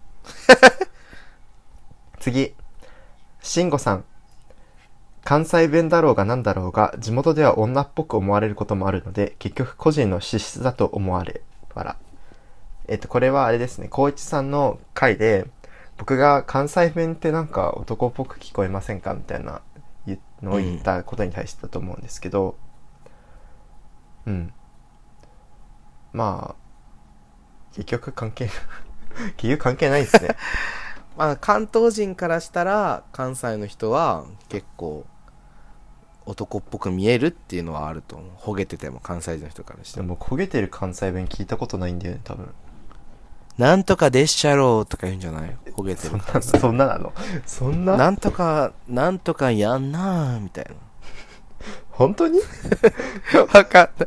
次、しんごさん。関西弁だろうがなんだろうが地元では女っぽく思われることもあるので、結局個人の資質だと思われ笑。えっとこれはあれですね、光一さんの回で僕が関西弁ってなんか男っぽく聞こえませんかみたいなのを言ったことに対してだと思うんですけど、うん、うん、まあ結局関係結局関係ないですね。 まあ関東人からしたら関西の人は結構男っぽく見えるっていうのはあると思う。ほげてても関西人の人からしても。 でも焦げてる関西弁聞いたことないんだよね多分。 なんとかでっしゃろうとか言うんじゃない？ほげてる関西。 そんななの？そんな？ なんとかなんとかやんなーみたいな。 本当に？ わかった。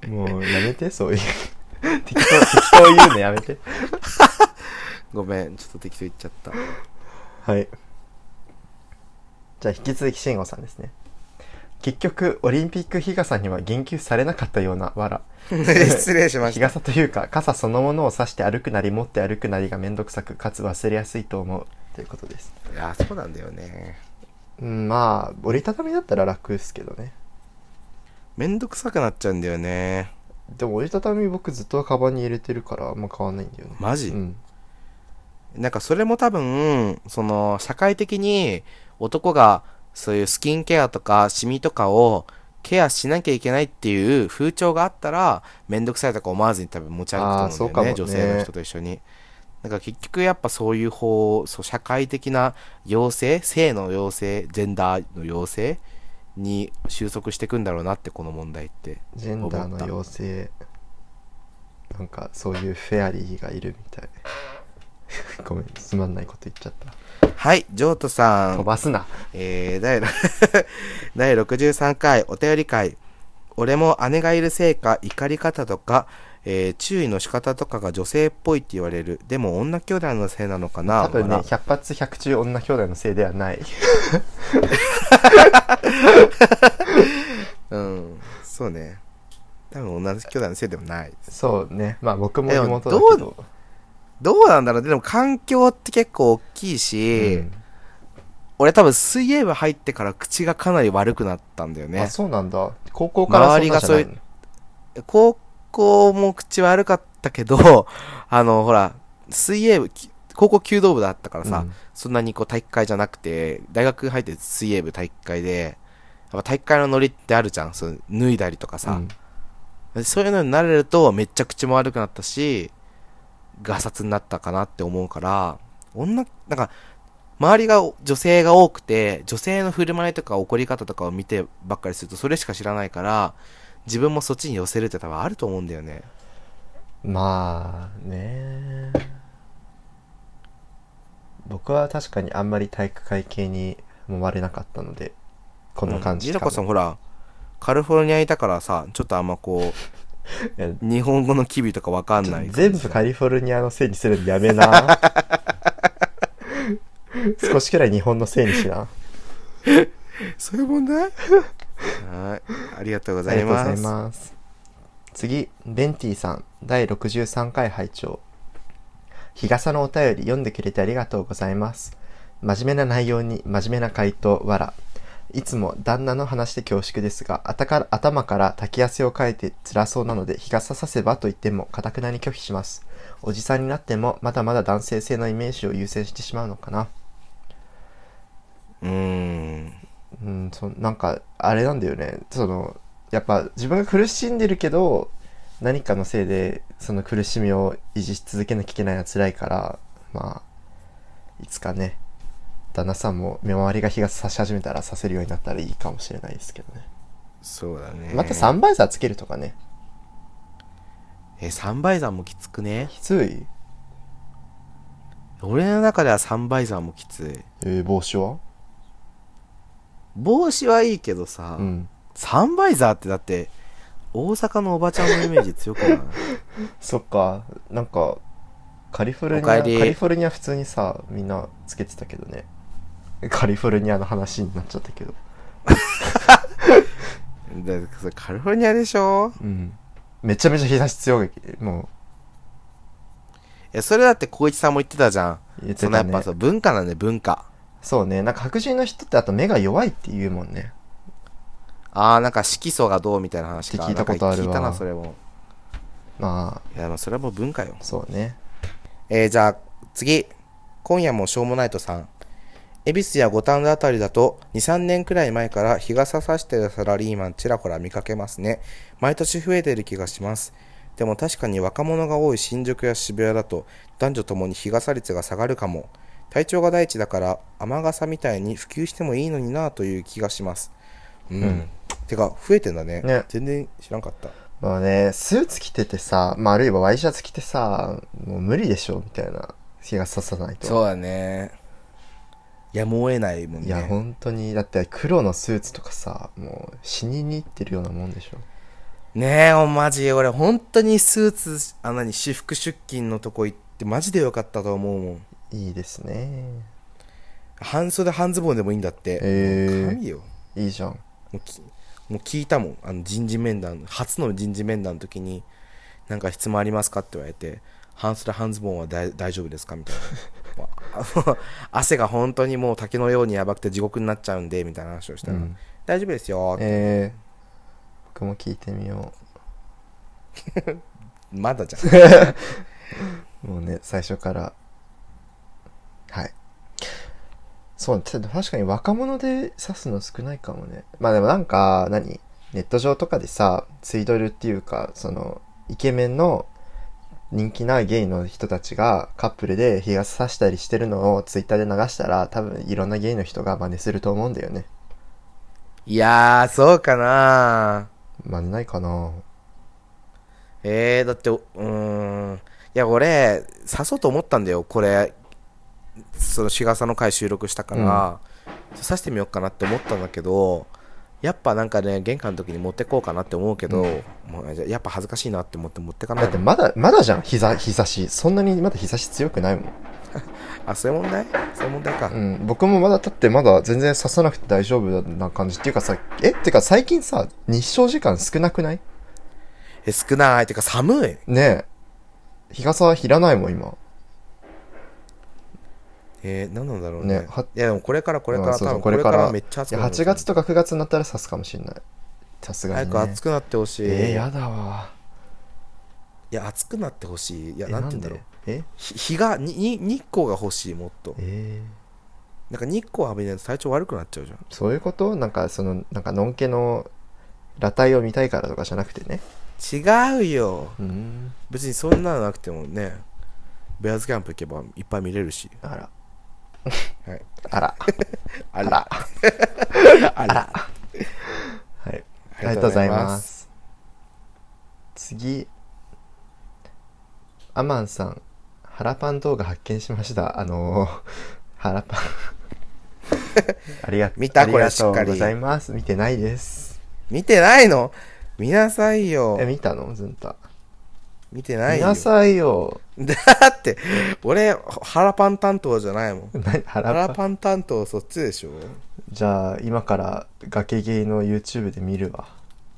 もうやめて、そういう適当適当言うのやめて。 ごめん、ちょっと適当言っちゃった。 はい。じゃあ引き続き慎吾さんですね。結局オリンピック日傘には言及されなかったようなわら。 失礼しました。 日傘というか傘そのものを差して歩くなり持って歩くなりがめんどくさくかつ忘れやすいと思うということです。 いやそうなんだよね。 うん、まあ折りたたみだったら楽ですけどね。 めんどくさくなっちゃうんだよね。 でも折りたたみ僕ずっとカバンに入れてるからあんま変わんないんだよね。 マジ？ うん。 なんかそれも多分その社会的に男がそういうスキンケアとかシミとかをケアしなきゃいけないっていう風潮があったらめんどくさいとか思わずに多分持ち歩くと思うんだよね、女性の人と一緒に。なんか結局やっぱそういう方、そう社会的な要請、性の要請、ジェンダーの要請に収束していくんだろうなって、この問題って。 ジェンダーの要請、なんかそういうフェアリーがいるみたい。ごめん、つまんないこと言っちゃった。 はい、ジョートさん。 飛ばすな。 えー、第だいろくじゅうさんかいお便り会。俺も姉がいるせいか怒り方とか、えー、注意の仕方とかが女性っぽいって言われる。でも女兄弟のせいなのかな。 多分ね、ひゃく発ひゃく中女兄弟のせいではない。 うん、そうね。多分女兄弟のせいでもない。 そうね。まあ僕も妹だけど。 どうなんだろう。でも環境って結構大きいし、うん、俺多分水泳部入ってから口がかなり悪くなったんだよね。 あ、そうなんだ。高校からそんなじゃないの？周りがそういう、 高校も口悪かったけど、あの、ほら、水泳部、高校弓道部だったからさ、うん、そんなにこう体育会じゃなくて、大学入って水泳部体育会で、やっぱ体育会のノリってあるじゃん。そう脱いだりとかさ、うん。そういうのになれるとめっちゃ口も悪くなったし、ガサツになったかなって思うから、女、なんか、周りが女性が多くて、女性の振る舞いとか怒り方とかを見てばっかりすると、それしか知らないから、自分もそっちに寄せるって多分あると思うんだよね。 まあね、僕は確かにあんまり体育会系に揉まれなかったので、こんな感じかも。 ジラコさんほら、カリフォルニアにいたからさ、ちょっとあんまこう、日本語の機微とかわかんない。 全部カリフォルニアのせいにするのやめな。少しくらい日本のせいにしな。 そういう問題？はい、ありがとうございます。ありがとうございます。 次、ベンティさん、だいろくじゅうさんかい拝聴。日傘のお便り読んでくれてありがとうございます。真面目な内容に真面目な回答、わら。いつも旦那の話で恐縮ですが、頭から滝汗をかいて辛そうなので日傘させばと言っても堅くなに拒否します。おじさんになってもまだまだ男性性のイメージを優先してしまうのかな。 うーん。 うん、そなんかあれなんだよね。そのやっぱ自分が苦しんでるけど何かのせいでその苦しみを維持し続けなきゃいけないのは辛いから、まあいつかね。旦那さんも目周りが日が差し始めたらさせるようになったらいいかもしれないですけどね。 そうだね。 またサンバイザーつけるとかね。 え、サンバイザーもきつくね？ きつい？ 俺の中ではサンバイザーもきつい。 えー、帽子は？ 帽子はいいけどさ、 うん。 サンバイザーってだって大阪のおばちゃんのイメージ強くない？ そっか、なんか、カリフォルニア、 おかえりカリフォルニア普通にさ、みんなつけてたけどね。カリフォルニアの話になっちゃったけど。 だってそれカリフォルニアでしょ？ うん。めちゃめちゃ日差し強い。もいや、それだって光一さんも言ってたじゃん。 う、言ってそのやたね。 っぱさ、文化なんで文化。 そうね、なんか白人の人ってあと目が弱いって言うもんね。 あー、なんか色素がどうみたいな話か。 って聞いたことあるわなんか聞いたな、それも。 まいや、まあそれはもう文化よあ、。そうね。 えー、じゃあ次。今夜もしょうもないとさん。恵比寿や五反田あたりだとに、さんねんくらい前から日傘さしてるサラリーマンちらほら見かけますね。毎年増えてる気がします。でも確かに若者が多い新宿や渋谷だと男女ともに日傘率が下がるかも。体調が第一だから雨傘みたいに普及してもいいのになという気がします。うん。うん、てか増えてんだね。 ね。 全然知らんかった。 まあね、スーツ着ててさ、まああるいはワイシャツ着てさ、もう無理でしょみたいな。日がささないと。 そうだね。やむを得ないもんね。 いや本当に、だって黒のスーツとかさ、もう死にに行ってるようなもんでしょ。 ねえ、おマジ俺本当にスーツ、あ、何、私服出勤のとこ行ってマジでよかったと思うもん。 いいですね。 半袖半ズボンでもいいんだって。 えー、 神よ。 いいじゃん。 もうきもう聞いたもん。あの人事面談、初の人事面談の時に、なんか質問ありますかって言われて、半袖半ズボンは大丈夫ですかみたいな。汗が本当にもう滝のようにやばくて地獄になっちゃうんでみたいな話をしたら、うん、大丈夫ですよって。 えー、僕も聞いてみようまだじゃんもうね、最初から。はい。そう、確かに若者で指すの少ないかもね。まあでもなんか何ネット上とかでさ、ツイドルっていうか、そのイケメンの人気なゲイの人たちがカップルで日傘さしたりしてるのをツイッターで流したら、多分いろんなゲイの人が真似すると思うんだよね。 いやー、そうかな。 真似ないかな。 えー、だってうーん、いや俺刺そうと思ったんだよ、これ。その日傘の回収録したから、うん、刺してみようかなって思ったんだけど、やっぱなんかね、玄関の時に持ってこうかなって思うけど、うん、もうやっぱ恥ずかしいなって思って持ってかない。 だってまだまだじゃん、日ざ日差しそんなにまだ日差し強くないもん。 あ、そういう問題？そういう問題か。 うん、僕もまだ立ってまだ全然刺さなくて大丈夫な感じっていうかさ、えってか最近さ、日照時間少なくない？ え、少ないってか寒いねえ。日傘いらないもん今。 えー、何なんだろうね。 ね、 いやでもこれからこれから、 うん、そうそう、 多分これからめっちゃ暑くなる。 はちがつとかくがつになったら刺すかもしれない。さすがに、ね、 早く暑くなってほしい。 えー、やだわ。 いや暑くなってほしい。いや、なんて言うんだろう。 え日がに日光が欲しい、もっと。 えー、なんか日光浴びないと体調悪くなっちゃうじゃん。 そういうこと？なんかそのなんかのんけの裸体を見たいからとかじゃなくてね。 違うよ。うん、別にそんなのなくてもね、ベアーズキャンプ行けばいっぱい見れるし。 あら。 はい。 あら。 あら。あら。 はい。ありがとうございます。次。アマンさん、腹パン動画発見しました。あのー、腹パンありが見たこれしっかり。 ありがとうございます。見てないです。 見てないの？見なさいよ。 え、見たの？ずんた。 見てないよ。 見なさいよ。 だって、俺、腹パン担当じゃないもん。 何？腹パン？ 腹パン担当そっちでしょ。 じゃあ、今から崖ゲイの YouTube で見るわ。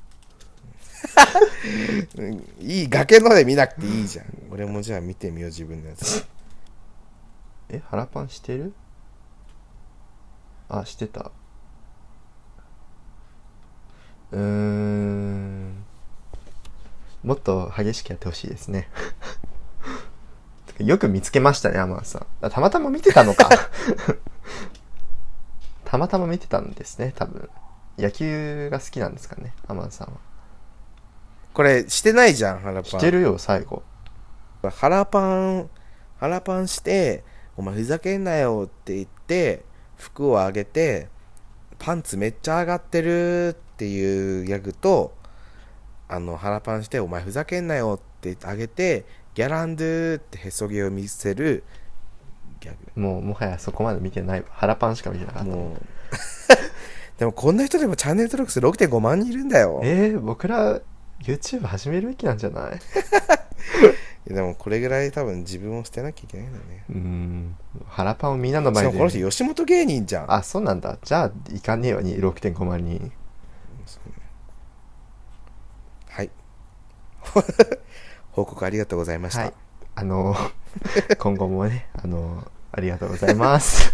いい、崖ので見なくていいじゃん。俺もじゃあ見てみよう、自分のやつ。 え、腹パンしてる？あ、してた。うーん。もっと激しくやってほしいですね。よく見つけましたね、アマンさん。たまたま見てたのか。たまたま見てたんですね、多分。野球が好きなんですかね、アマンさんは。 これ、してないじゃん、腹パン。 してるよ、最後。 腹パン、腹パンして、お前ふざけんなよって言って、服を上げて、パンツめっちゃ上がってるっていうギャグと、 あの腹パンしてお前ふざけんなよってあげてギャランドゥってへそ毛を見せるギャグ。 もうもはやそこまで見てないわ。腹パンしか見てなかった。 もうでもこんな人でもチャンネル登録数 ろくてんご 万人いるんだよ。 えー、僕ら YouTube 始めるべきなんじゃない？ いやでもこれぐらい多分自分を捨てなきゃいけないんだよね。 うーん、腹パンをみんなのし前で。 かもこの人吉本芸人じゃん。 あ、そうなんだ。じゃあいかねえわに ろくてんご 万人。 はい報告ありがとうございました。 はい、あの今後もね、あのありがとうございます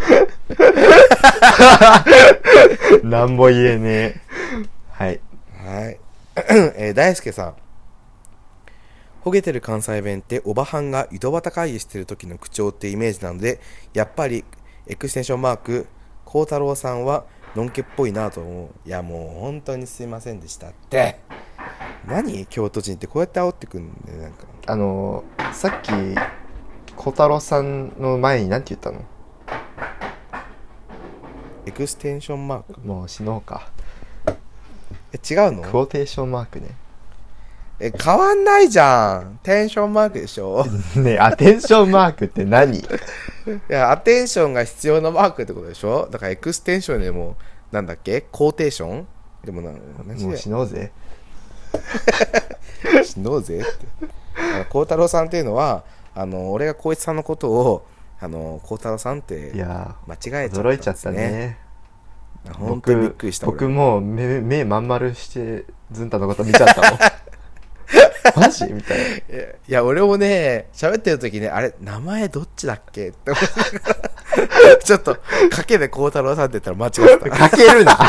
なんも言えねえ。はいはいえー、大輔さん、ほげてる関西弁っておばはんが井戸端会議してる時の口調ってイメージなので、やっぱりエクステンションマーク孝太郎さんはのんけっぽいなと思う。いやもう本当にすいませんでしたって。何京都人ってこうやって煽ってくんだよ。なんかあのさっき小太郎さんの前に何て言ったの？ エクステンションマーク。 もう死のうか。 え違うの？ クォーテーションマークね。 え変わんないじゃん。テンションマークでしょねえ、アテンションマークって何？ いやアテンションが必要なマークってことでしょ。だからエクステンションでもなんだっけコーテーションでもなもう死のうぜ死のうぜって孝太郎さんっていうのはあの俺が光一さんのことをあの孝太郎さんっていや間違えちゃったんですね。 驚いちゃったね。 本当にびっくりした。 僕、僕もう 目, 目まん丸してズンタのこと見ちゃったもんマジみたいな。いや俺もね喋ってる時ね、あれ名前どっちだっけって思いながらちょっとかけで孝太郎さんって言ったら間違ってた。 かけるな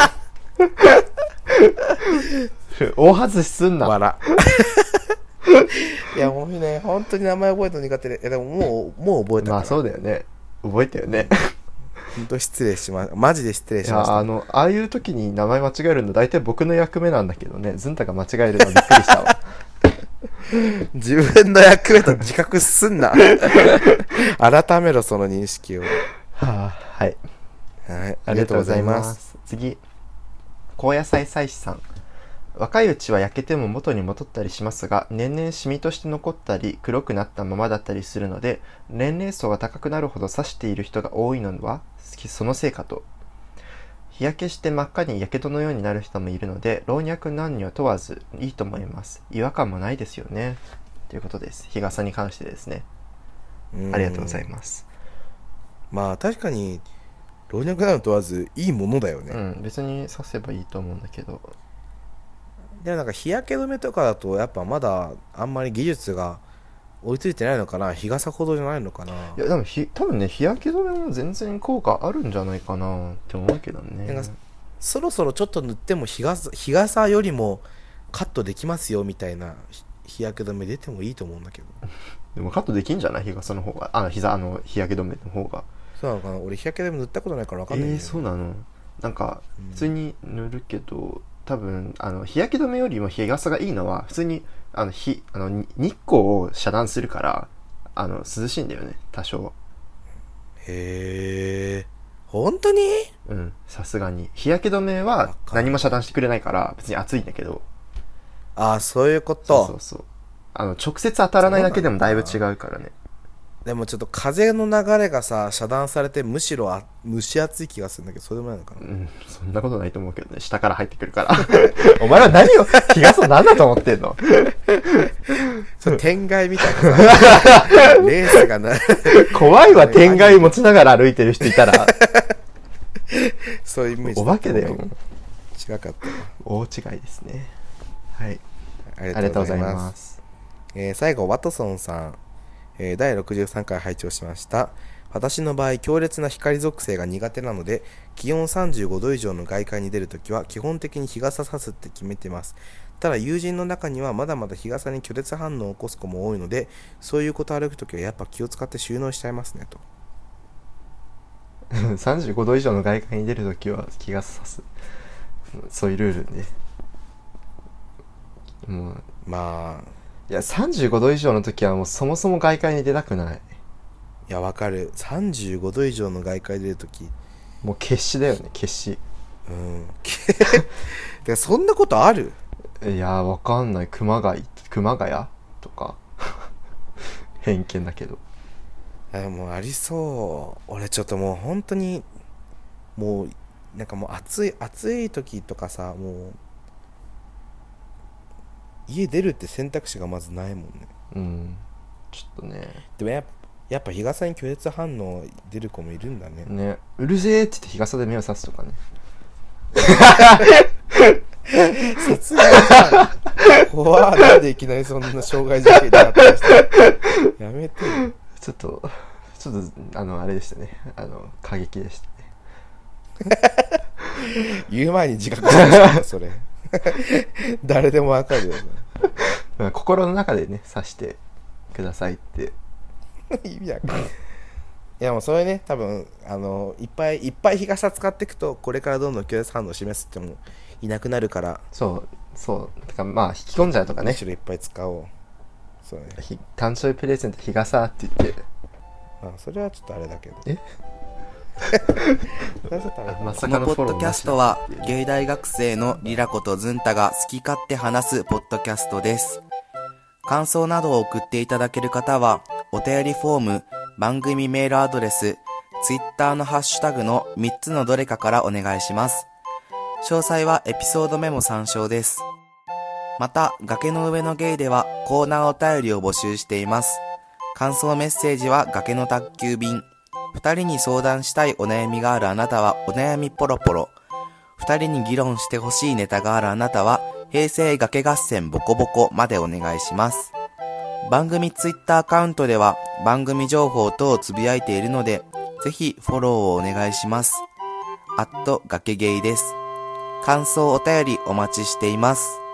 大外しすんな。 笑いやもうね本当に名前覚えたの苦手で。でももうもう覚えたから。 まあそうだよね、覚えたよね本当失礼しまマジで失礼しました。 いやあのああいう時に名前間違えるの大体僕の役目なんだけどね、ズンタが間違えるのびっくりしたわ自分の役目と自覚すんな改めろその認識を。はあ、はい、 はい、 ありがとうございます。次、高野菜祭司さん。若いうちは焼けても元に戻ったりしますが、年々シミとして残ったり黒くなったままだったりするので、年齢層が高くなるほど刺している人が多いのはそのせいかと。日焼けして真っ赤にやけどのようになる人もいるので、老若男女問わずいいと思います。違和感もないですよね、ということです。日傘に関してですね。ありがとうございます。 まあ確かに老若男女問わずいいものだよね。 うん、別に刺せばいいと思うんだけど。 でもなんか日焼け止めとかだとやっぱまだあんまり技術が追いついてないのかな。日傘ほどじゃないのかな。 いやでもひ多分ね、日焼け止めも全然効果あるんじゃないかなって思うけどね。 なんかそろそろちょっと塗っても日傘、日傘よりもカットできますよみたいな日焼け止め出てもいいと思うんだけどでもカットできんじゃない？日傘の方が、あ、膝、あの日焼け止めの方が。 そうなのかな。俺日焼け止め塗ったことないから分かんないんだよね。 えー、そうなの。なんか普通に塗るけど、うん、多分あの日焼け止めよりも日傘がいいのは普通にあの日あの日光を遮断するから、あの涼しいんだよね、多少。 へえ、本当に？ うん、さすがに日焼け止めは何も遮断してくれないから別に暑いんだけど。 ああ、そういうこと。 そうそうそう、あの直接当たらないだけでもだいぶ違うからね。 でもちょっと風の流れがさ遮断されてむしろあ蒸し暑い気がするんだけど、それでもないのかな。 うん、そんなことないと思うけどね、下から入ってくるからお前は何を日傘何だと思ってんのそれ天外みたいなさレースがな怖いわ、天外持ちながら歩いてる人いたらそういうイメージ。 お化けだよ。 違かった。 大違いですね。はい、 ありがとうございます。 ます。 えー、最後ワトソンさん、えー、だいろくじゅうさんかい拝聴しました。私の場合強烈な光属性が苦手なので、気温さんじゅうごど以上の外界に出るときは基本的に日傘さすって決めてます。ただ友人の中にはまだまだ日傘に拒絶反応を起こす子も多いので、そういうこと歩くときはやっぱ気を使って収納しちゃいますねとさんじゅうごど以上の外界に出るときは日傘さす、そういうルールね。もうまあいやさんじゅうごど以上の時はもうそもそも外界に出たくない。 いやわかる。さんじゅうごど以上の外界出るときもう決死だよね、決死。 うんでそんなことある？ いやーわかんない。熊谷熊谷とか偏見だけど。 えもうありそう。俺ちょっともう本当にもうなんかもう暑い暑い時とかさ、もう家出るって選択肢がまずないもんね。 うんちょっとね。 でもやっぱやっぱ日傘に拒絶反応出る子もいるんだね。 ね、うるせえって言って日傘で目を刺すとかね。 切ないさ。怖い。なんでいきなりそんな傷害事件になったりしてやめてよ。 ちょっとちょっとあのあれでしたね。あの過激でしたね。 言う前に自覚したんだそれ。誰でもわかるよまあ心の中でね刺してくださいって意味わかんない。いやもうそれね、多分あのいっぱいいっぱい日傘使っていくとこれからどんどん拒絶反応を示すってもいなくなるから、 そうそうだからまあ引き込んじゃうとかね。 むしろいっぱい使おう。そうね。 ひ誕生日プレゼント日傘って言って。 あそれはちょっとあれだけど。 えそれはちょっとあれだまけさかのフォローこのポッドキャストは芸大学生のリラコとズンタが好き勝手話すポッドキャストです。感想などを送っていただける方はお便りフォーム、番組メールアドレス、ツイッターのハッシュタグのみっつのどれかからお願いします。詳細はエピソードメモ参照です。また、崖の上のゲイではコーナーお便りを募集しています。感想メッセージは崖の宅急便。二人に相談したいお悩みがあるあなたはお悩みポロポロ。二人に議論してほしいネタがあるあなたは平成崖合戦ボコボコまでお願いします。番組ツイッターアカウントでは番組情報等をつぶやいているので、ぜひフォローをお願いします。アット崖ゲイです。感想お便りお待ちしています。